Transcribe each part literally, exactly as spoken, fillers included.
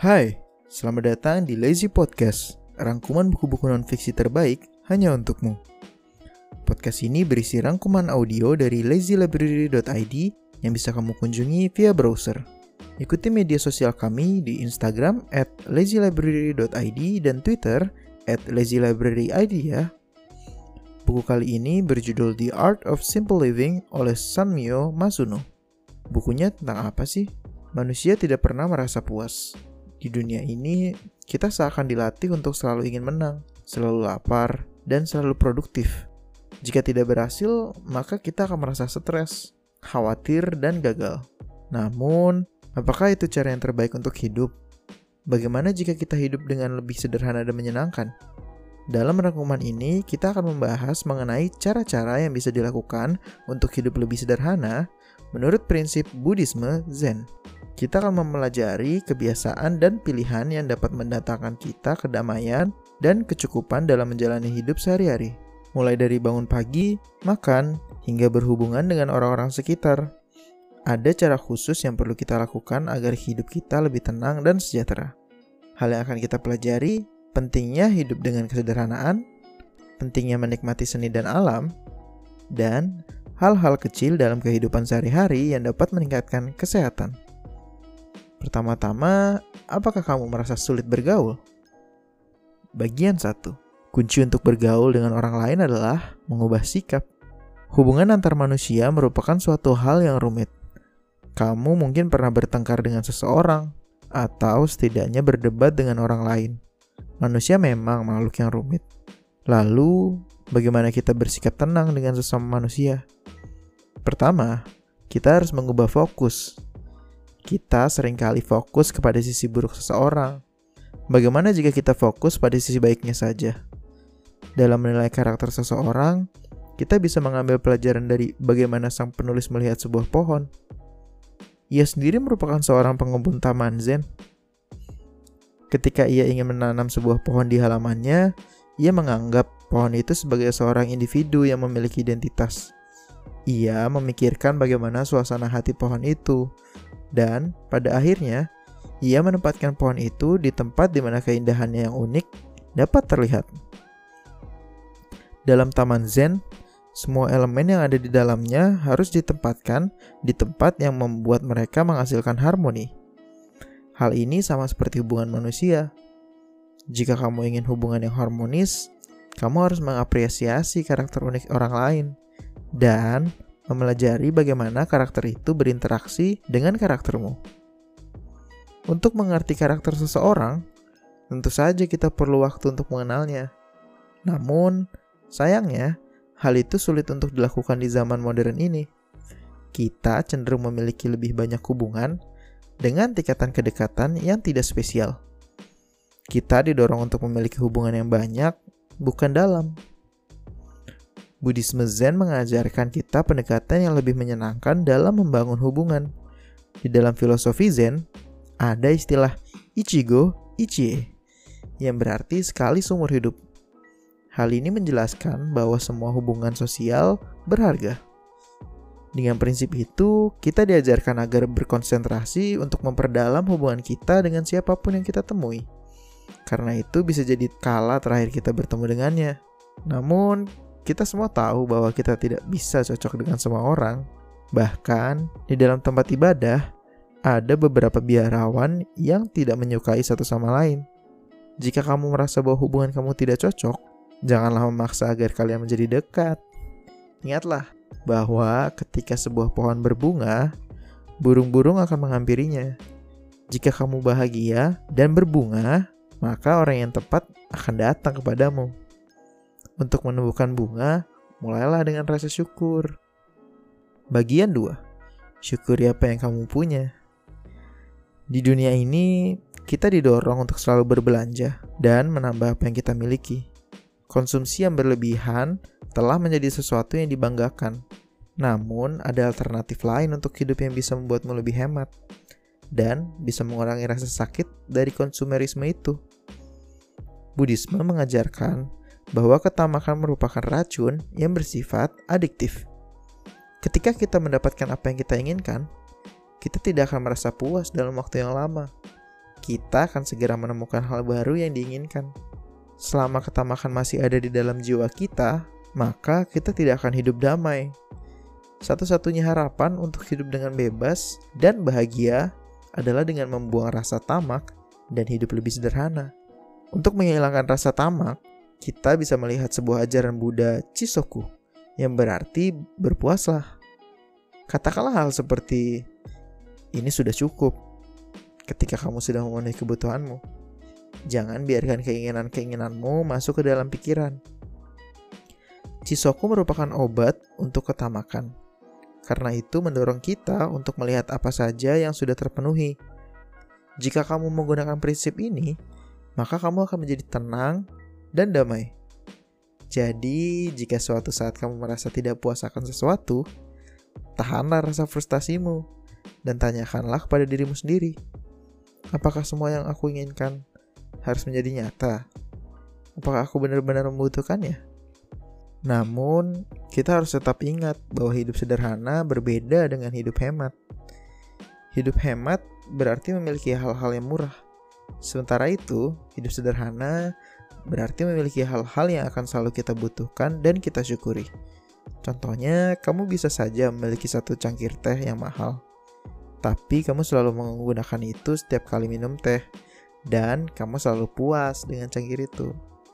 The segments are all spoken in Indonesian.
Hai, selamat datang di Lazy Podcast, rangkuman buku-buku non-fiksi terbaik hanya untukmu. Podcast ini berisi rangkuman audio dari lazy library dot i d yang bisa kamu kunjungi via browser. Ikuti media sosial kami di Instagram at lazy library dot i d dan Twitter at lazy library dot i d ya. Buku kali ini berjudul The Art of Simple Living oleh Sanmyo Masuno. Bukunya tentang apa sih? Manusia tidak pernah merasa puas. Di dunia ini, kita seakan dilatih untuk selalu ingin menang, selalu lapar, dan selalu produktif. Jika tidak berhasil, maka kita akan merasa stres, khawatir, dan gagal. Namun, apakah itu cara yang terbaik untuk hidup? Bagaimana jika kita hidup dengan lebih sederhana dan menyenangkan? Dalam rangkuman ini, kita akan membahas mengenai cara-cara yang bisa dilakukan untuk hidup lebih sederhana menurut prinsip Buddhisme Zen. Kita akan mempelajari kebiasaan dan pilihan yang dapat mendatangkan kita kedamaian dan kecukupan dalam menjalani hidup sehari-hari. Mulai dari bangun pagi, makan, hingga berhubungan dengan orang-orang sekitar. Ada cara khusus yang perlu kita lakukan agar hidup kita lebih tenang dan sejahtera. Hal yang akan kita pelajari, pentingnya hidup dengan kesederhanaan, pentingnya menikmati seni dan alam, dan hal-hal kecil dalam kehidupan sehari-hari yang dapat meningkatkan kesehatan. Pertama-tama, apakah kamu merasa sulit bergaul? Bagian satu. Kunci untuk bergaul dengan orang lain adalah mengubah sikap. Hubungan antar manusia merupakan suatu hal yang rumit. Kamu mungkin pernah bertengkar dengan seseorang, atau setidaknya berdebat dengan orang lain. Manusia memang makhluk yang rumit. Lalu, bagaimana kita bersikap tenang dengan sesama manusia? Pertama, kita harus mengubah fokus. Kita seringkali fokus kepada sisi buruk seseorang. Bagaimana jika kita fokus pada sisi baiknya saja? Dalam menilai karakter seseorang, kita bisa mengambil pelajaran dari bagaimana sang penulis melihat sebuah pohon. Ia sendiri merupakan seorang pengembun taman Zen. Ketika ia ingin menanam sebuah pohon di halamannya, ia menganggap pohon itu sebagai seorang individu yang memiliki identitas. Ia memikirkan bagaimana suasana hati pohon itu. Dan pada akhirnya, ia menempatkan pohon itu di tempat di mana keindahannya yang unik dapat terlihat. Dalam taman Zen, semua elemen yang ada di dalamnya harus ditempatkan di tempat yang membuat mereka menghasilkan harmoni. Hal ini sama seperti hubungan manusia. Jika kamu ingin hubungan yang harmonis, kamu harus mengapresiasi karakter unik orang lain dan mempelajari bagaimana karakter itu berinteraksi dengan karaktermu. Untuk mengerti karakter seseorang, tentu saja kita perlu waktu untuk mengenalnya. Namun, sayangnya, hal itu sulit untuk dilakukan di zaman modern ini. Kita cenderung memiliki lebih banyak hubungan dengan tingkatan kedekatan yang tidak spesial. Kita didorong untuk memiliki hubungan yang banyak, bukan dalam. Buddhisme Zen mengajarkan kita pendekatan yang lebih menyenangkan dalam membangun hubungan. Di dalam filosofi Zen, ada istilah Ichigo Ichie, yang berarti sekali seumur hidup. Hal ini menjelaskan bahwa semua hubungan sosial berharga. Dengan prinsip itu, kita diajarkan agar berkonsentrasi untuk memperdalam hubungan kita dengan siapapun yang kita temui. Karena itu bisa jadi kala terakhir kita bertemu dengannya. Namun, kita semua tahu bahwa kita tidak bisa cocok dengan semua orang. Bahkan, di dalam tempat ibadah, ada beberapa biarawan yang tidak menyukai satu sama lain. Jika kamu merasa bahwa hubungan kamu tidak cocok, janganlah memaksa agar kalian menjadi dekat. Ingatlah bahwa ketika sebuah pohon berbunga, burung-burung akan menghampirinya. Jika kamu bahagia dan berbunga, maka orang yang tepat akan datang kepadamu. Untuk menumbuhkan bunga, mulailah dengan rasa syukur. Bagian dua. Syukuri apa yang kamu punya. Di dunia ini, kita didorong untuk selalu berbelanja dan menambah apa yang kita miliki. Konsumsi yang berlebihan telah menjadi sesuatu yang dibanggakan. Namun, ada alternatif lain untuk hidup yang bisa membuatmu lebih hemat dan bisa mengurangi rasa sakit dari konsumerisme itu. Buddhisme mengajarkan bahwa ketamakan merupakan racun yang bersifat adiktif. Ketika kita mendapatkan apa yang kita inginkan, kita tidak akan merasa puas dalam waktu yang lama. kita akan segera menemukan hal baru yang diinginkan. Selama ketamakan masih ada di dalam jiwa kita, maka kita tidak akan hidup damai. Satu-satunya harapan untuk hidup dengan bebas dan bahagia adalah dengan membuang rasa tamak dan hidup lebih sederhana. Untuk menghilangkan rasa tamak, kita bisa melihat sebuah ajaran Buddha Chisoku, yang berarti berpuaslah. Katakanlah hal seperti, ini sudah cukup. Ketika kamu sudah memenuhi kebutuhanmu, jangan biarkan keinginan-keinginanmu masuk ke dalam pikiran. Chisoku merupakan obat untuk ketamakan. Karena itu mendorong kita untuk melihat apa saja yang sudah terpenuhi. Jika kamu menggunakan prinsip ini, maka kamu akan menjadi tenang dan damai. Jadi, jika suatu saat kamu merasa tidak puas akan sesuatu, tahanlah rasa frustasimu dan tanyakanlah kepada dirimu sendiri, apakah semua yang aku inginkan harus menjadi nyata? Apakah aku benar-benar membutuhkannya? Namun, kita harus tetap ingat bahwa hidup sederhana berbeda dengan hidup hemat. Hidup hemat berarti memiliki hal-hal yang murah. Sementara itu, hidup sederhana berarti memiliki hal-hal yang akan selalu kita butuhkan dan kita syukuri. Contohnya, kamu bisa saja memiliki satu cangkir teh yang mahal, tapi kamu selalu menggunakan itu setiap kali minum teh, dan kamu selalu puas dengan cangkir itu.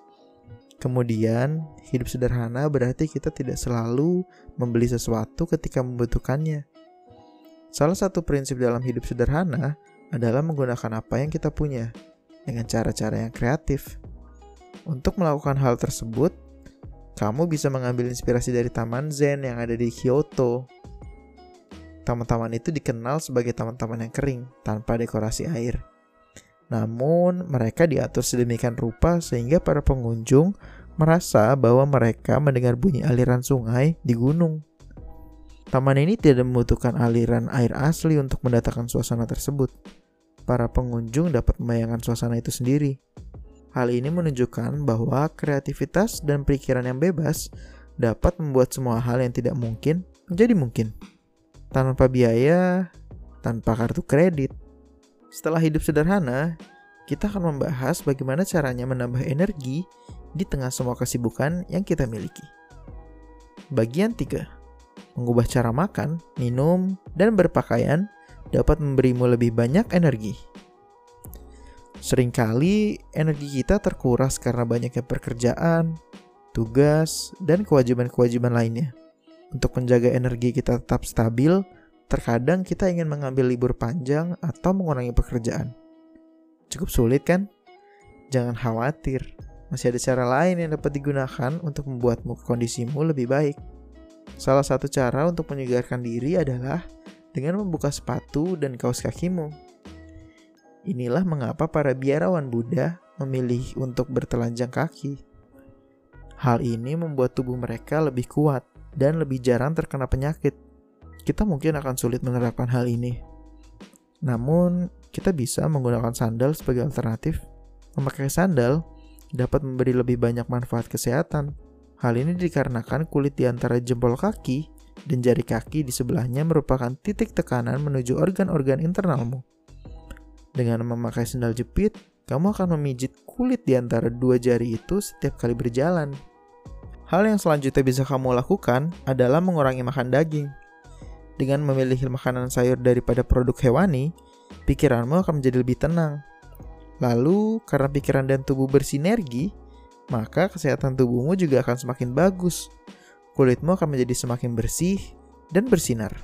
Kemudian, hidup sederhana berarti kita tidak selalu membeli sesuatu ketika membutuhkannya. Salah satu prinsip dalam hidup sederhana adalah menggunakan apa yang kita punya dengan cara-cara yang kreatif. Untuk melakukan hal tersebut, kamu bisa mengambil inspirasi dari Taman Zen yang ada di Kyoto. Taman-taman itu dikenal sebagai taman-taman yang kering, tanpa dekorasi air. Namun, mereka diatur sedemikian rupa sehingga para pengunjung merasa bahwa mereka mendengar bunyi aliran sungai di gunung. Taman ini tidak membutuhkan aliran air asli untuk mendatangkan suasana tersebut. Para pengunjung dapat membayangkan suasana itu sendiri. Hal ini menunjukkan bahwa kreativitas dan pikiran yang bebas dapat membuat semua hal yang tidak mungkin menjadi mungkin. Tanpa biaya, tanpa kartu kredit. Setelah hidup sederhana, kita akan membahas bagaimana caranya menambah energi di tengah semua kesibukan yang kita miliki. Bagian tiga. Mengubah cara makan, minum, dan berpakaian dapat memberimu lebih banyak energi. Seringkali energi kita terkuras karena banyaknya pekerjaan, tugas, dan kewajiban-kewajiban lainnya. Untuk menjaga energi kita tetap stabil, terkadang kita ingin mengambil libur panjang atau mengurangi pekerjaan. Cukup sulit kan? Jangan khawatir, masih ada cara lain yang dapat digunakan untuk membuatmu kondisimu lebih baik. Salah satu cara untuk menyegarkan diri adalah dengan membuka sepatu dan kaos kakimu. Inilah mengapa para biarawan Buddha memilih untuk bertelanjang kaki. Hal ini membuat tubuh mereka lebih kuat dan lebih jarang terkena penyakit. Kita mungkin akan sulit menerapkan hal ini. Namun, kita bisa menggunakan sandal sebagai alternatif. Memakai sandal dapat memberi lebih banyak manfaat kesehatan. Hal ini dikarenakan kulit di antara jempol kaki dan jari kaki di sebelahnya merupakan titik tekanan menuju organ-organ internalmu. Dengan memakai sandal jepit, kamu akan memijit kulit di antara dua jari itu setiap kali berjalan. Hal yang selanjutnya bisa kamu lakukan adalah mengurangi makan daging. Dengan memilih makanan sayur daripada produk hewani, pikiranmu akan menjadi lebih tenang. Lalu, karena pikiran dan tubuh bersinergi, maka kesehatan tubuhmu juga akan semakin bagus. Kulitmu akan menjadi semakin bersih dan bersinar.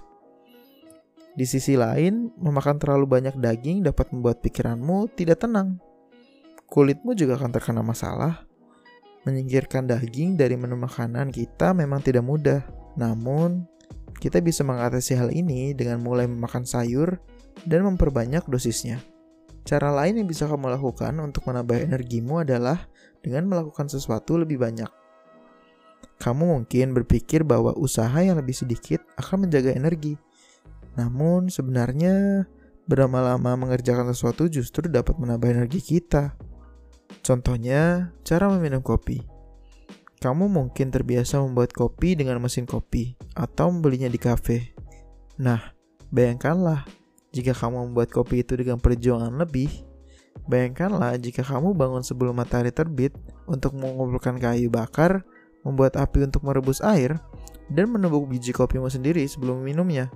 Di sisi lain, memakan terlalu banyak daging dapat membuat pikiranmu tidak tenang. Kulitmu juga akan terkena masalah. Menyingkirkan daging dari menu makanan kita memang tidak mudah. Namun, kita bisa mengatasi hal ini dengan mulai memakan sayur dan memperbanyak dosisnya. Cara lain yang bisa kamu lakukan untuk menambah energimu adalah dengan melakukan sesuatu lebih banyak. Kamu mungkin berpikir bahwa usaha yang lebih sedikit akan menjaga energi. Namun sebenarnya berlama-lama mengerjakan sesuatu justru dapat menambah energi kita. Contohnya, cara meminum kopi. Kamu mungkin terbiasa membuat kopi dengan mesin kopi atau membelinya di kafe. Nah, bayangkanlah jika kamu membuat kopi itu dengan perjuangan lebih, Bayangkanlah jika kamu bangun sebelum matahari terbit untuk mengumpulkan kayu bakar, membuat api untuk merebus air, dan menumbuk biji kopimu sendiri sebelum meminumnya.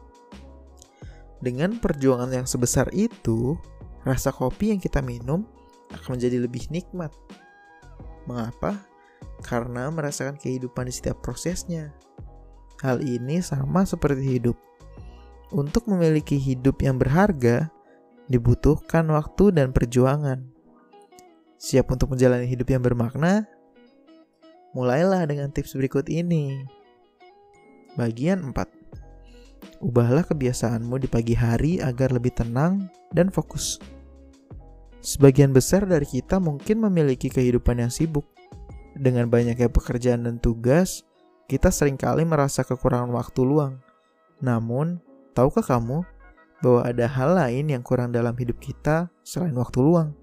Dengan perjuangan yang sebesar itu, rasa kopi yang kita minum akan menjadi lebih nikmat. Mengapa? Karena merasakan kehidupan di setiap prosesnya. Hal ini sama seperti hidup. Untuk memiliki hidup yang berharga, dibutuhkan waktu dan perjuangan. Siap untuk menjalani hidup yang bermakna? Mulailah dengan tips berikut ini. Bagian empat. Ubahlah kebiasaanmu di pagi hari agar lebih tenang dan fokus. Sebagian besar dari kita mungkin memiliki kehidupan yang sibuk. Dengan banyaknya pekerjaan dan tugas, kita seringkali merasa kekurangan waktu luang. Namun, tahukah kamu bahwa ada hal lain yang kurang dalam hidup kita selain waktu luang?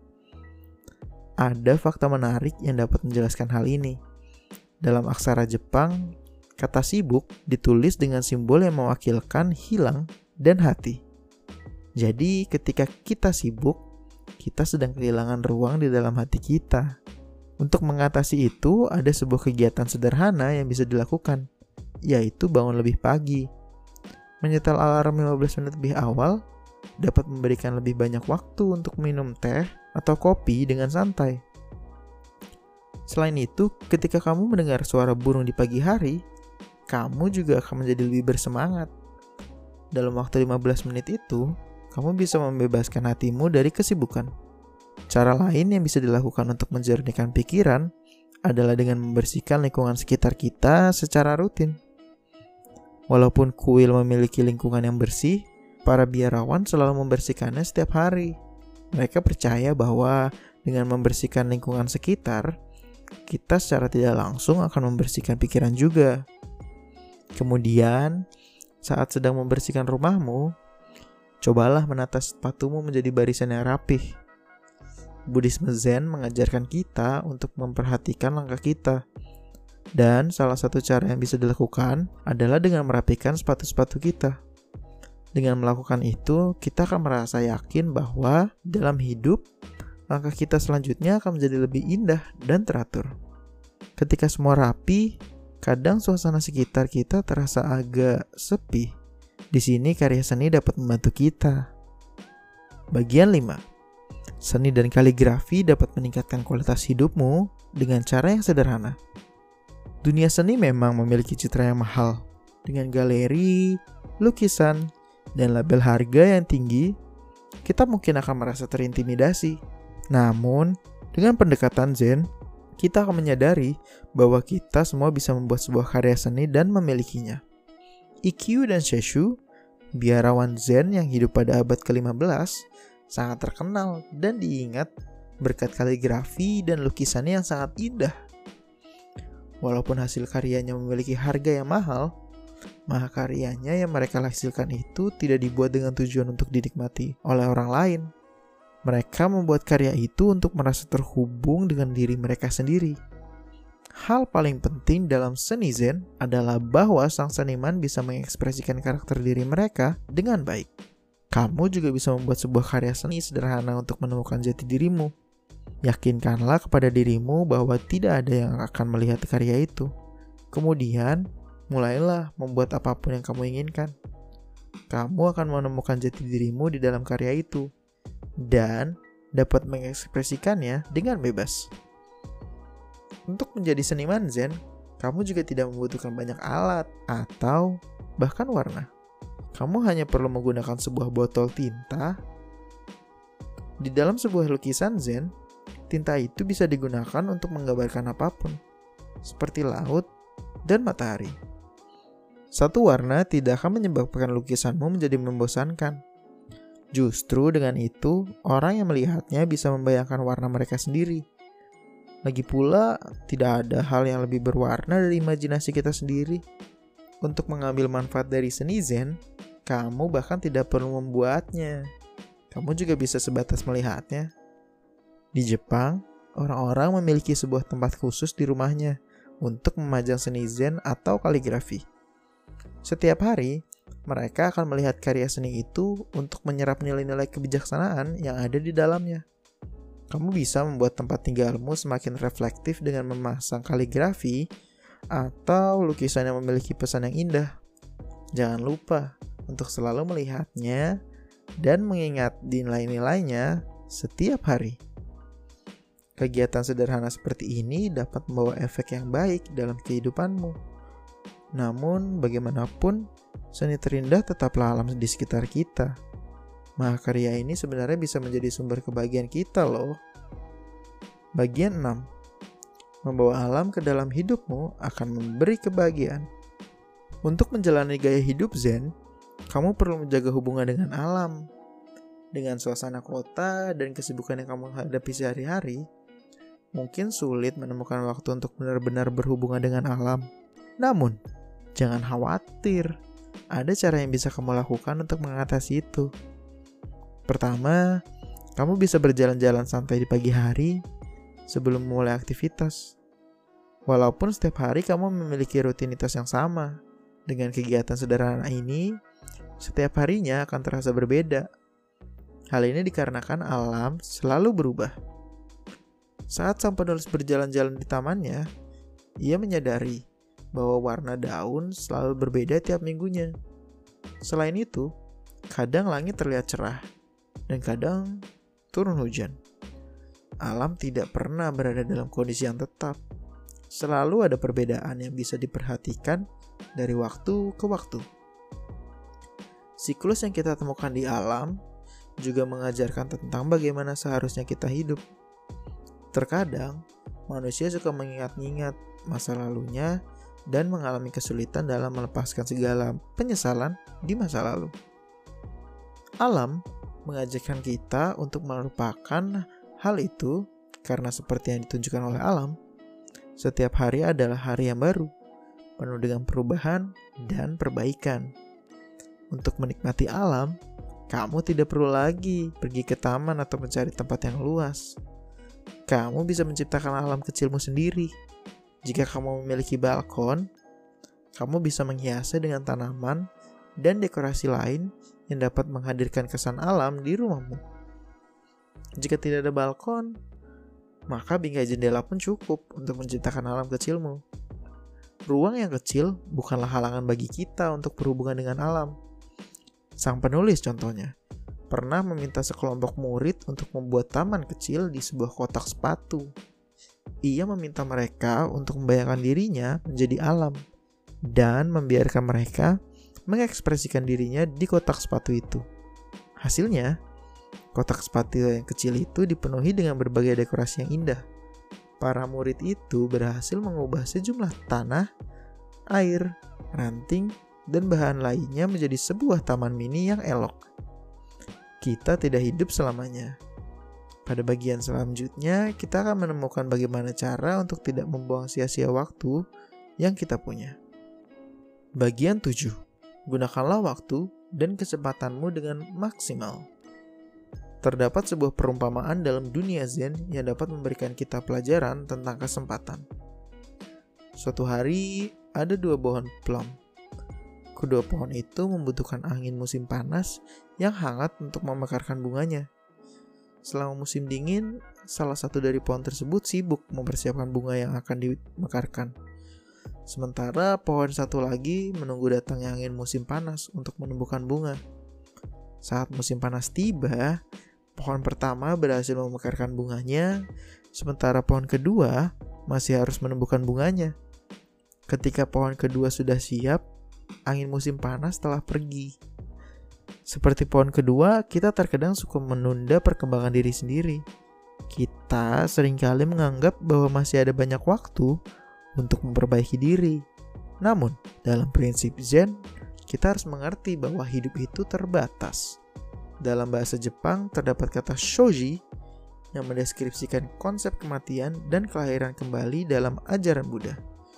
Ada fakta menarik yang dapat menjelaskan hal ini. Dalam aksara Jepang, kata sibuk ditulis dengan simbol yang mewakilkan hilang dan hati. Jadi, ketika kita sibuk, kita sedang kehilangan ruang di dalam hati kita. Untuk mengatasi itu, ada sebuah kegiatan sederhana yang bisa dilakukan, yaitu bangun lebih pagi. Menyetel alarm lima belas menit lebih awal dapat memberikan lebih banyak waktu untuk minum teh atau kopi dengan santai. Selain itu, ketika kamu mendengar suara burung di pagi hari, kamu juga akan menjadi lebih bersemangat. Dalam waktu lima belas menit itu, kamu bisa membebaskan hatimu dari kesibukan. Cara lain yang bisa dilakukan untuk menjernihkan pikiran adalah dengan membersihkan lingkungan sekitar kita secara rutin. Walaupun kuil memiliki lingkungan yang bersih, para biarawan selalu membersihkannya setiap hari. Mereka percaya bahwa dengan membersihkan lingkungan sekitar, kita secara tidak langsung akan membersihkan pikiran juga. Kemudian, saat sedang membersihkan rumahmu, cobalah menata sepatumu menjadi barisan yang rapih. Buddhisme Zen mengajarkan kita untuk memperhatikan langkah kita. Dan salah satu cara yang bisa dilakukan adalah dengan merapikan sepatu-sepatu kita. Dengan melakukan itu, kita akan merasa yakin bahwa dalam hidup, langkah kita selanjutnya akan menjadi lebih indah dan teratur. Ketika semua rapi, kadang suasana sekitar kita terasa agak sepi. Di sini karya seni dapat membantu kita. Bagian lima. Seni dan kaligrafi dapat meningkatkan kualitas hidupmu dengan cara yang sederhana. Dunia seni memang memiliki citra yang mahal. Dengan galeri, lukisan, dan label harga yang tinggi, kita mungkin akan merasa terintimidasi. Namun, dengan pendekatan Zen, kita akan menyadari bahwa kita semua bisa membuat sebuah karya seni dan memilikinya. Ikkyu dan Sesshu, biarawan Zen yang hidup pada abad ke lima belas, sangat terkenal dan diingat berkat kaligrafi dan lukisannya yang sangat indah. Walaupun hasil karyanya memiliki harga yang mahal, mahakaryanya yang mereka hasilkan itu tidak dibuat dengan tujuan untuk dinikmati oleh orang lain. Mereka membuat karya itu untuk merasa terhubung dengan diri mereka sendiri. Hal paling penting dalam seni Zen adalah bahwa sang seniman bisa mengekspresikan karakter diri mereka dengan baik. Kamu juga bisa membuat sebuah karya seni sederhana untuk menemukan jati dirimu. Yakinkanlah kepada dirimu bahwa tidak ada yang akan melihat karya itu. Kemudian, mulailah membuat apapun yang kamu inginkan. Kamu akan menemukan jati dirimu di dalam karya itu dan dapat mengekspresikannya dengan bebas. Untuk menjadi seniman Zen, kamu juga tidak membutuhkan banyak alat atau bahkan warna. Kamu hanya perlu menggunakan sebuah botol tinta. Di dalam sebuah lukisan Zen, tinta itu bisa digunakan untuk menggambarkan apapun, seperti laut dan matahari. Satu warna tidak akan menyebabkan lukisanmu menjadi membosankan. Justru dengan itu, orang yang melihatnya bisa membayangkan warna mereka sendiri. Lagi pula, tidak ada hal yang lebih berwarna dari imajinasi kita sendiri. Untuk mengambil manfaat dari seni Zen, kamu bahkan tidak perlu membuatnya. Kamu juga bisa sebatas melihatnya. Di Jepang, orang-orang memiliki sebuah tempat khusus di rumahnya untuk memajang seni Zen atau kaligrafi. Setiap hari, mereka akan melihat karya seni itu untuk menyerap nilai-nilai kebijaksanaan yang ada di dalamnya. Kamu bisa membuat tempat tinggalmu semakin reflektif dengan memasang kaligrafi atau lukisan yang memiliki pesan yang indah. Jangan lupa untuk selalu melihatnya dan mengingat nilai-nilainya setiap hari. Kegiatan sederhana seperti ini dapat membawa efek yang baik dalam kehidupanmu. Namun, bagaimanapun, seni terindah tetaplah alam di sekitar kita. Mahakarya ini sebenarnya bisa menjadi sumber kebahagiaan kita loh. Bagian enam. Membawa alam ke dalam hidupmu akan memberi kebahagiaan. Untuk menjalani gaya hidup zen, kamu perlu menjaga hubungan dengan alam. Dengan suasana kota dan kesibukan yang kamu hadapi sehari-hari, mungkin sulit menemukan waktu untuk benar-benar berhubungan dengan alam. Namun, jangan khawatir. Ada cara yang bisa kamu lakukan untuk mengatasi itu. Pertama, kamu bisa berjalan-jalan santai di pagi hari sebelum memulai aktivitas. Walaupun setiap hari kamu memiliki rutinitas yang sama, dengan kegiatan sederhana ini, setiap harinya akan terasa berbeda. Hal ini dikarenakan alam selalu berubah. Saat sang penulis berjalan-jalan di tamannya, ia menyadari bahwa warna daun selalu berbeda tiap minggunya. Selain itu, kadang langit terlihat cerah, dan kadang turun hujan. Alam tidak pernah berada dalam kondisi yang tetap. Selalu ada perbedaan yang bisa diperhatikan dari waktu ke waktu. Siklus yang kita temukan di alam juga mengajarkan tentang bagaimana seharusnya kita hidup. Terkadang, manusia suka mengingat-ingat masa lalunya dan mengalami kesulitan dalam melepaskan segala penyesalan di masa lalu. Alam mengajarkan kita untuk melupakan hal itu karena seperti yang ditunjukkan oleh alam, setiap hari adalah hari yang baru, penuh dengan perubahan dan perbaikan. Untuk menikmati alam, kamu tidak perlu lagi pergi ke taman atau mencari tempat yang luas. Kamu bisa menciptakan alam kecilmu sendiri. Jika kamu memiliki balkon, kamu bisa menghiasnya dengan tanaman dan dekorasi lain yang dapat menghadirkan kesan alam di rumahmu. Jika tidak ada balkon, maka bingkai jendela pun cukup untuk menciptakan alam kecilmu. Ruang yang kecil bukanlah halangan bagi kita untuk berhubungan dengan alam. Sang penulis contohnya, pernah meminta sekelompok murid untuk membuat taman kecil di sebuah kotak sepatu. Ia meminta mereka untuk membayangkan dirinya menjadi alam dan membiarkan mereka mengekspresikan dirinya di kotak sepatu itu. Hasilnya, kotak sepatu yang kecil itu dipenuhi dengan berbagai dekorasi yang indah. Para murid itu berhasil mengubah sejumlah tanah, air, ranting, dan bahan lainnya menjadi sebuah taman mini yang elok. Kita tidak hidup selamanya. Pada bagian selanjutnya, kita akan menemukan bagaimana cara untuk tidak membuang sia-sia waktu yang kita punya. Bagian tujuh. Gunakanlah waktu dan kesempatanmu dengan maksimal. Terdapat sebuah perumpamaan dalam dunia Zen yang dapat memberikan kita pelajaran tentang kesempatan. Suatu hari, ada dua pohon plum. Kedua pohon itu membutuhkan angin musim panas yang hangat untuk memekarkan bunganya. Selama musim dingin, salah satu dari pohon tersebut sibuk mempersiapkan bunga yang akan dimekarkan. Sementara pohon satu lagi menunggu datangnya angin musim panas untuk menumbuhkan bunga. Saat musim panas tiba, pohon pertama berhasil memekarkan bunganya, sementara pohon kedua masih harus menumbuhkan bunganya. Ketika pohon kedua sudah siap, angin musim panas telah pergi. Seperti pohon kedua, kita terkadang suka menunda perkembangan diri sendiri. Kita seringkali menganggap bahwa masih ada banyak waktu untuk memperbaiki diri. Namun, dalam prinsip Zen, kita harus mengerti bahwa hidup itu terbatas. Dalam bahasa Jepang terdapat kata shoji yang mendeskripsikan konsep kematian dan kelahiran kembali dalam ajaran Buddha.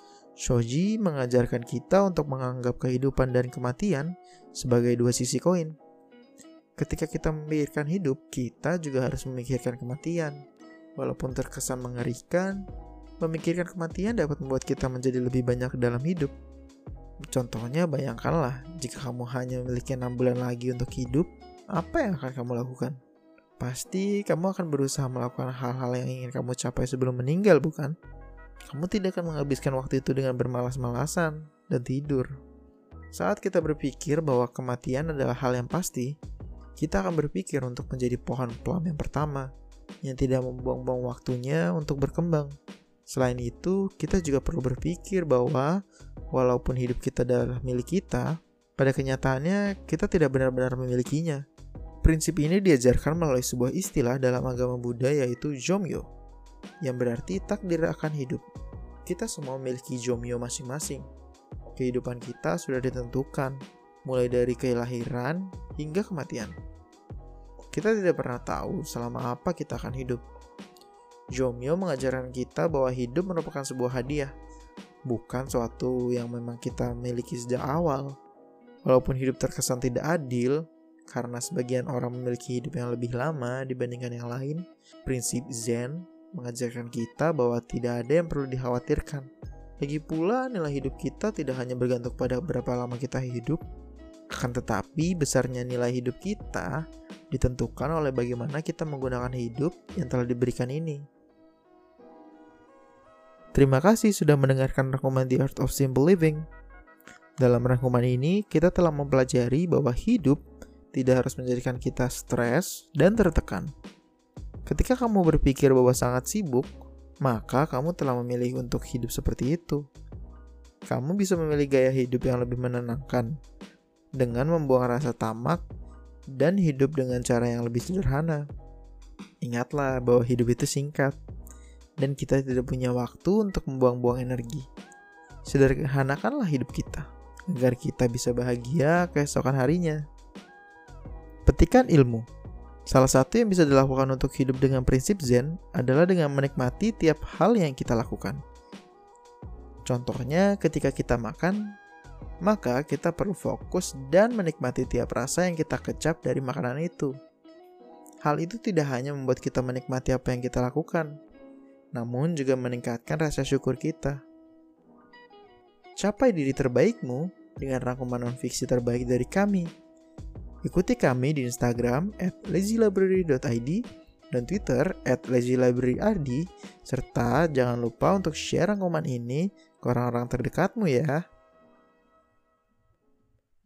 Shoji mengajarkan kita untuk menganggap kehidupan dan kematian sebagai dua sisi koin. Ketika kita memikirkan hidup, kita juga harus memikirkan kematian. Walaupun terkesan mengerikan, memikirkan kematian dapat membuat kita menjadi lebih banyak dalam hidup. Contohnya, bayangkanlah jika kamu hanya memiliki enam bulan lagi untuk hidup, apa yang akan kamu lakukan? Pasti kamu akan berusaha melakukan hal-hal yang ingin kamu capai sebelum meninggal, bukan? Kamu tidak akan menghabiskan waktu itu dengan bermalas-malasan dan tidur. Saat kita berpikir bahwa kematian adalah hal yang pasti, kita akan berpikir untuk menjadi pohon plum yang pertama, yang tidak membuang-buang waktunya untuk berkembang. Selain itu, kita juga perlu berpikir bahwa walaupun hidup kita adalah milik kita, pada kenyataannya kita tidak benar-benar memilikinya. Prinsip ini diajarkan melalui sebuah istilah dalam agama Buddha yaitu Jomyo, yang berarti takdir akan hidup. Kita semua memiliki Jomyo masing-masing. Kehidupan kita sudah ditentukan, mulai dari kelahiran hingga kematian. Kita tidak pernah tahu selama apa kita akan hidup. Jomyo mengajarkan kita bahwa hidup merupakan sebuah hadiah, bukan suatu yang memang kita miliki sejak awal. Walaupun hidup terkesan tidak adil, karena sebagian orang memiliki hidup yang lebih lama dibandingkan yang lain, prinsip Zen mengajarkan kita bahwa tidak ada yang perlu dikhawatirkan. Lagi pula, nilai hidup kita tidak hanya bergantung pada berapa lama kita hidup, akan tetapi besarnya nilai hidup kita ditentukan oleh bagaimana kita menggunakan hidup yang telah diberikan ini. Terima kasih sudah mendengarkan rangkuman The Art of Simple Living. Dalam rangkuman ini, kita telah mempelajari bahwa hidup tidak harus menjadikan kita stres dan tertekan. Ketika kamu berpikir bahwa sangat sibuk, maka kamu telah memilih untuk hidup seperti itu. Kamu bisa memilih gaya hidup yang lebih menenangkan, dengan membuang rasa tamak, dan hidup dengan cara yang lebih sederhana. Ingatlah bahwa hidup itu singkat, dan kita tidak punya waktu untuk membuang-buang energi. Sederhanakanlah hidup kita, agar kita bisa bahagia keesokan harinya. Petikan ilmu. Salah satu yang bisa dilakukan untuk hidup dengan prinsip Zen adalah dengan menikmati tiap hal yang kita lakukan. Contohnya, ketika kita makan, maka kita perlu fokus dan menikmati tiap rasa yang kita kecap dari makanan itu. Hal itu tidak hanya membuat kita menikmati apa yang kita lakukan, namun juga meningkatkan rasa syukur kita. Capai diri terbaikmu dengan rangkuman non-fiksi terbaik dari kami. Ikuti kami di Instagram at lazy library dot i d dan Twitter at lazy library r d, serta jangan lupa untuk share rangkuman ini ke orang-orang terdekatmu ya.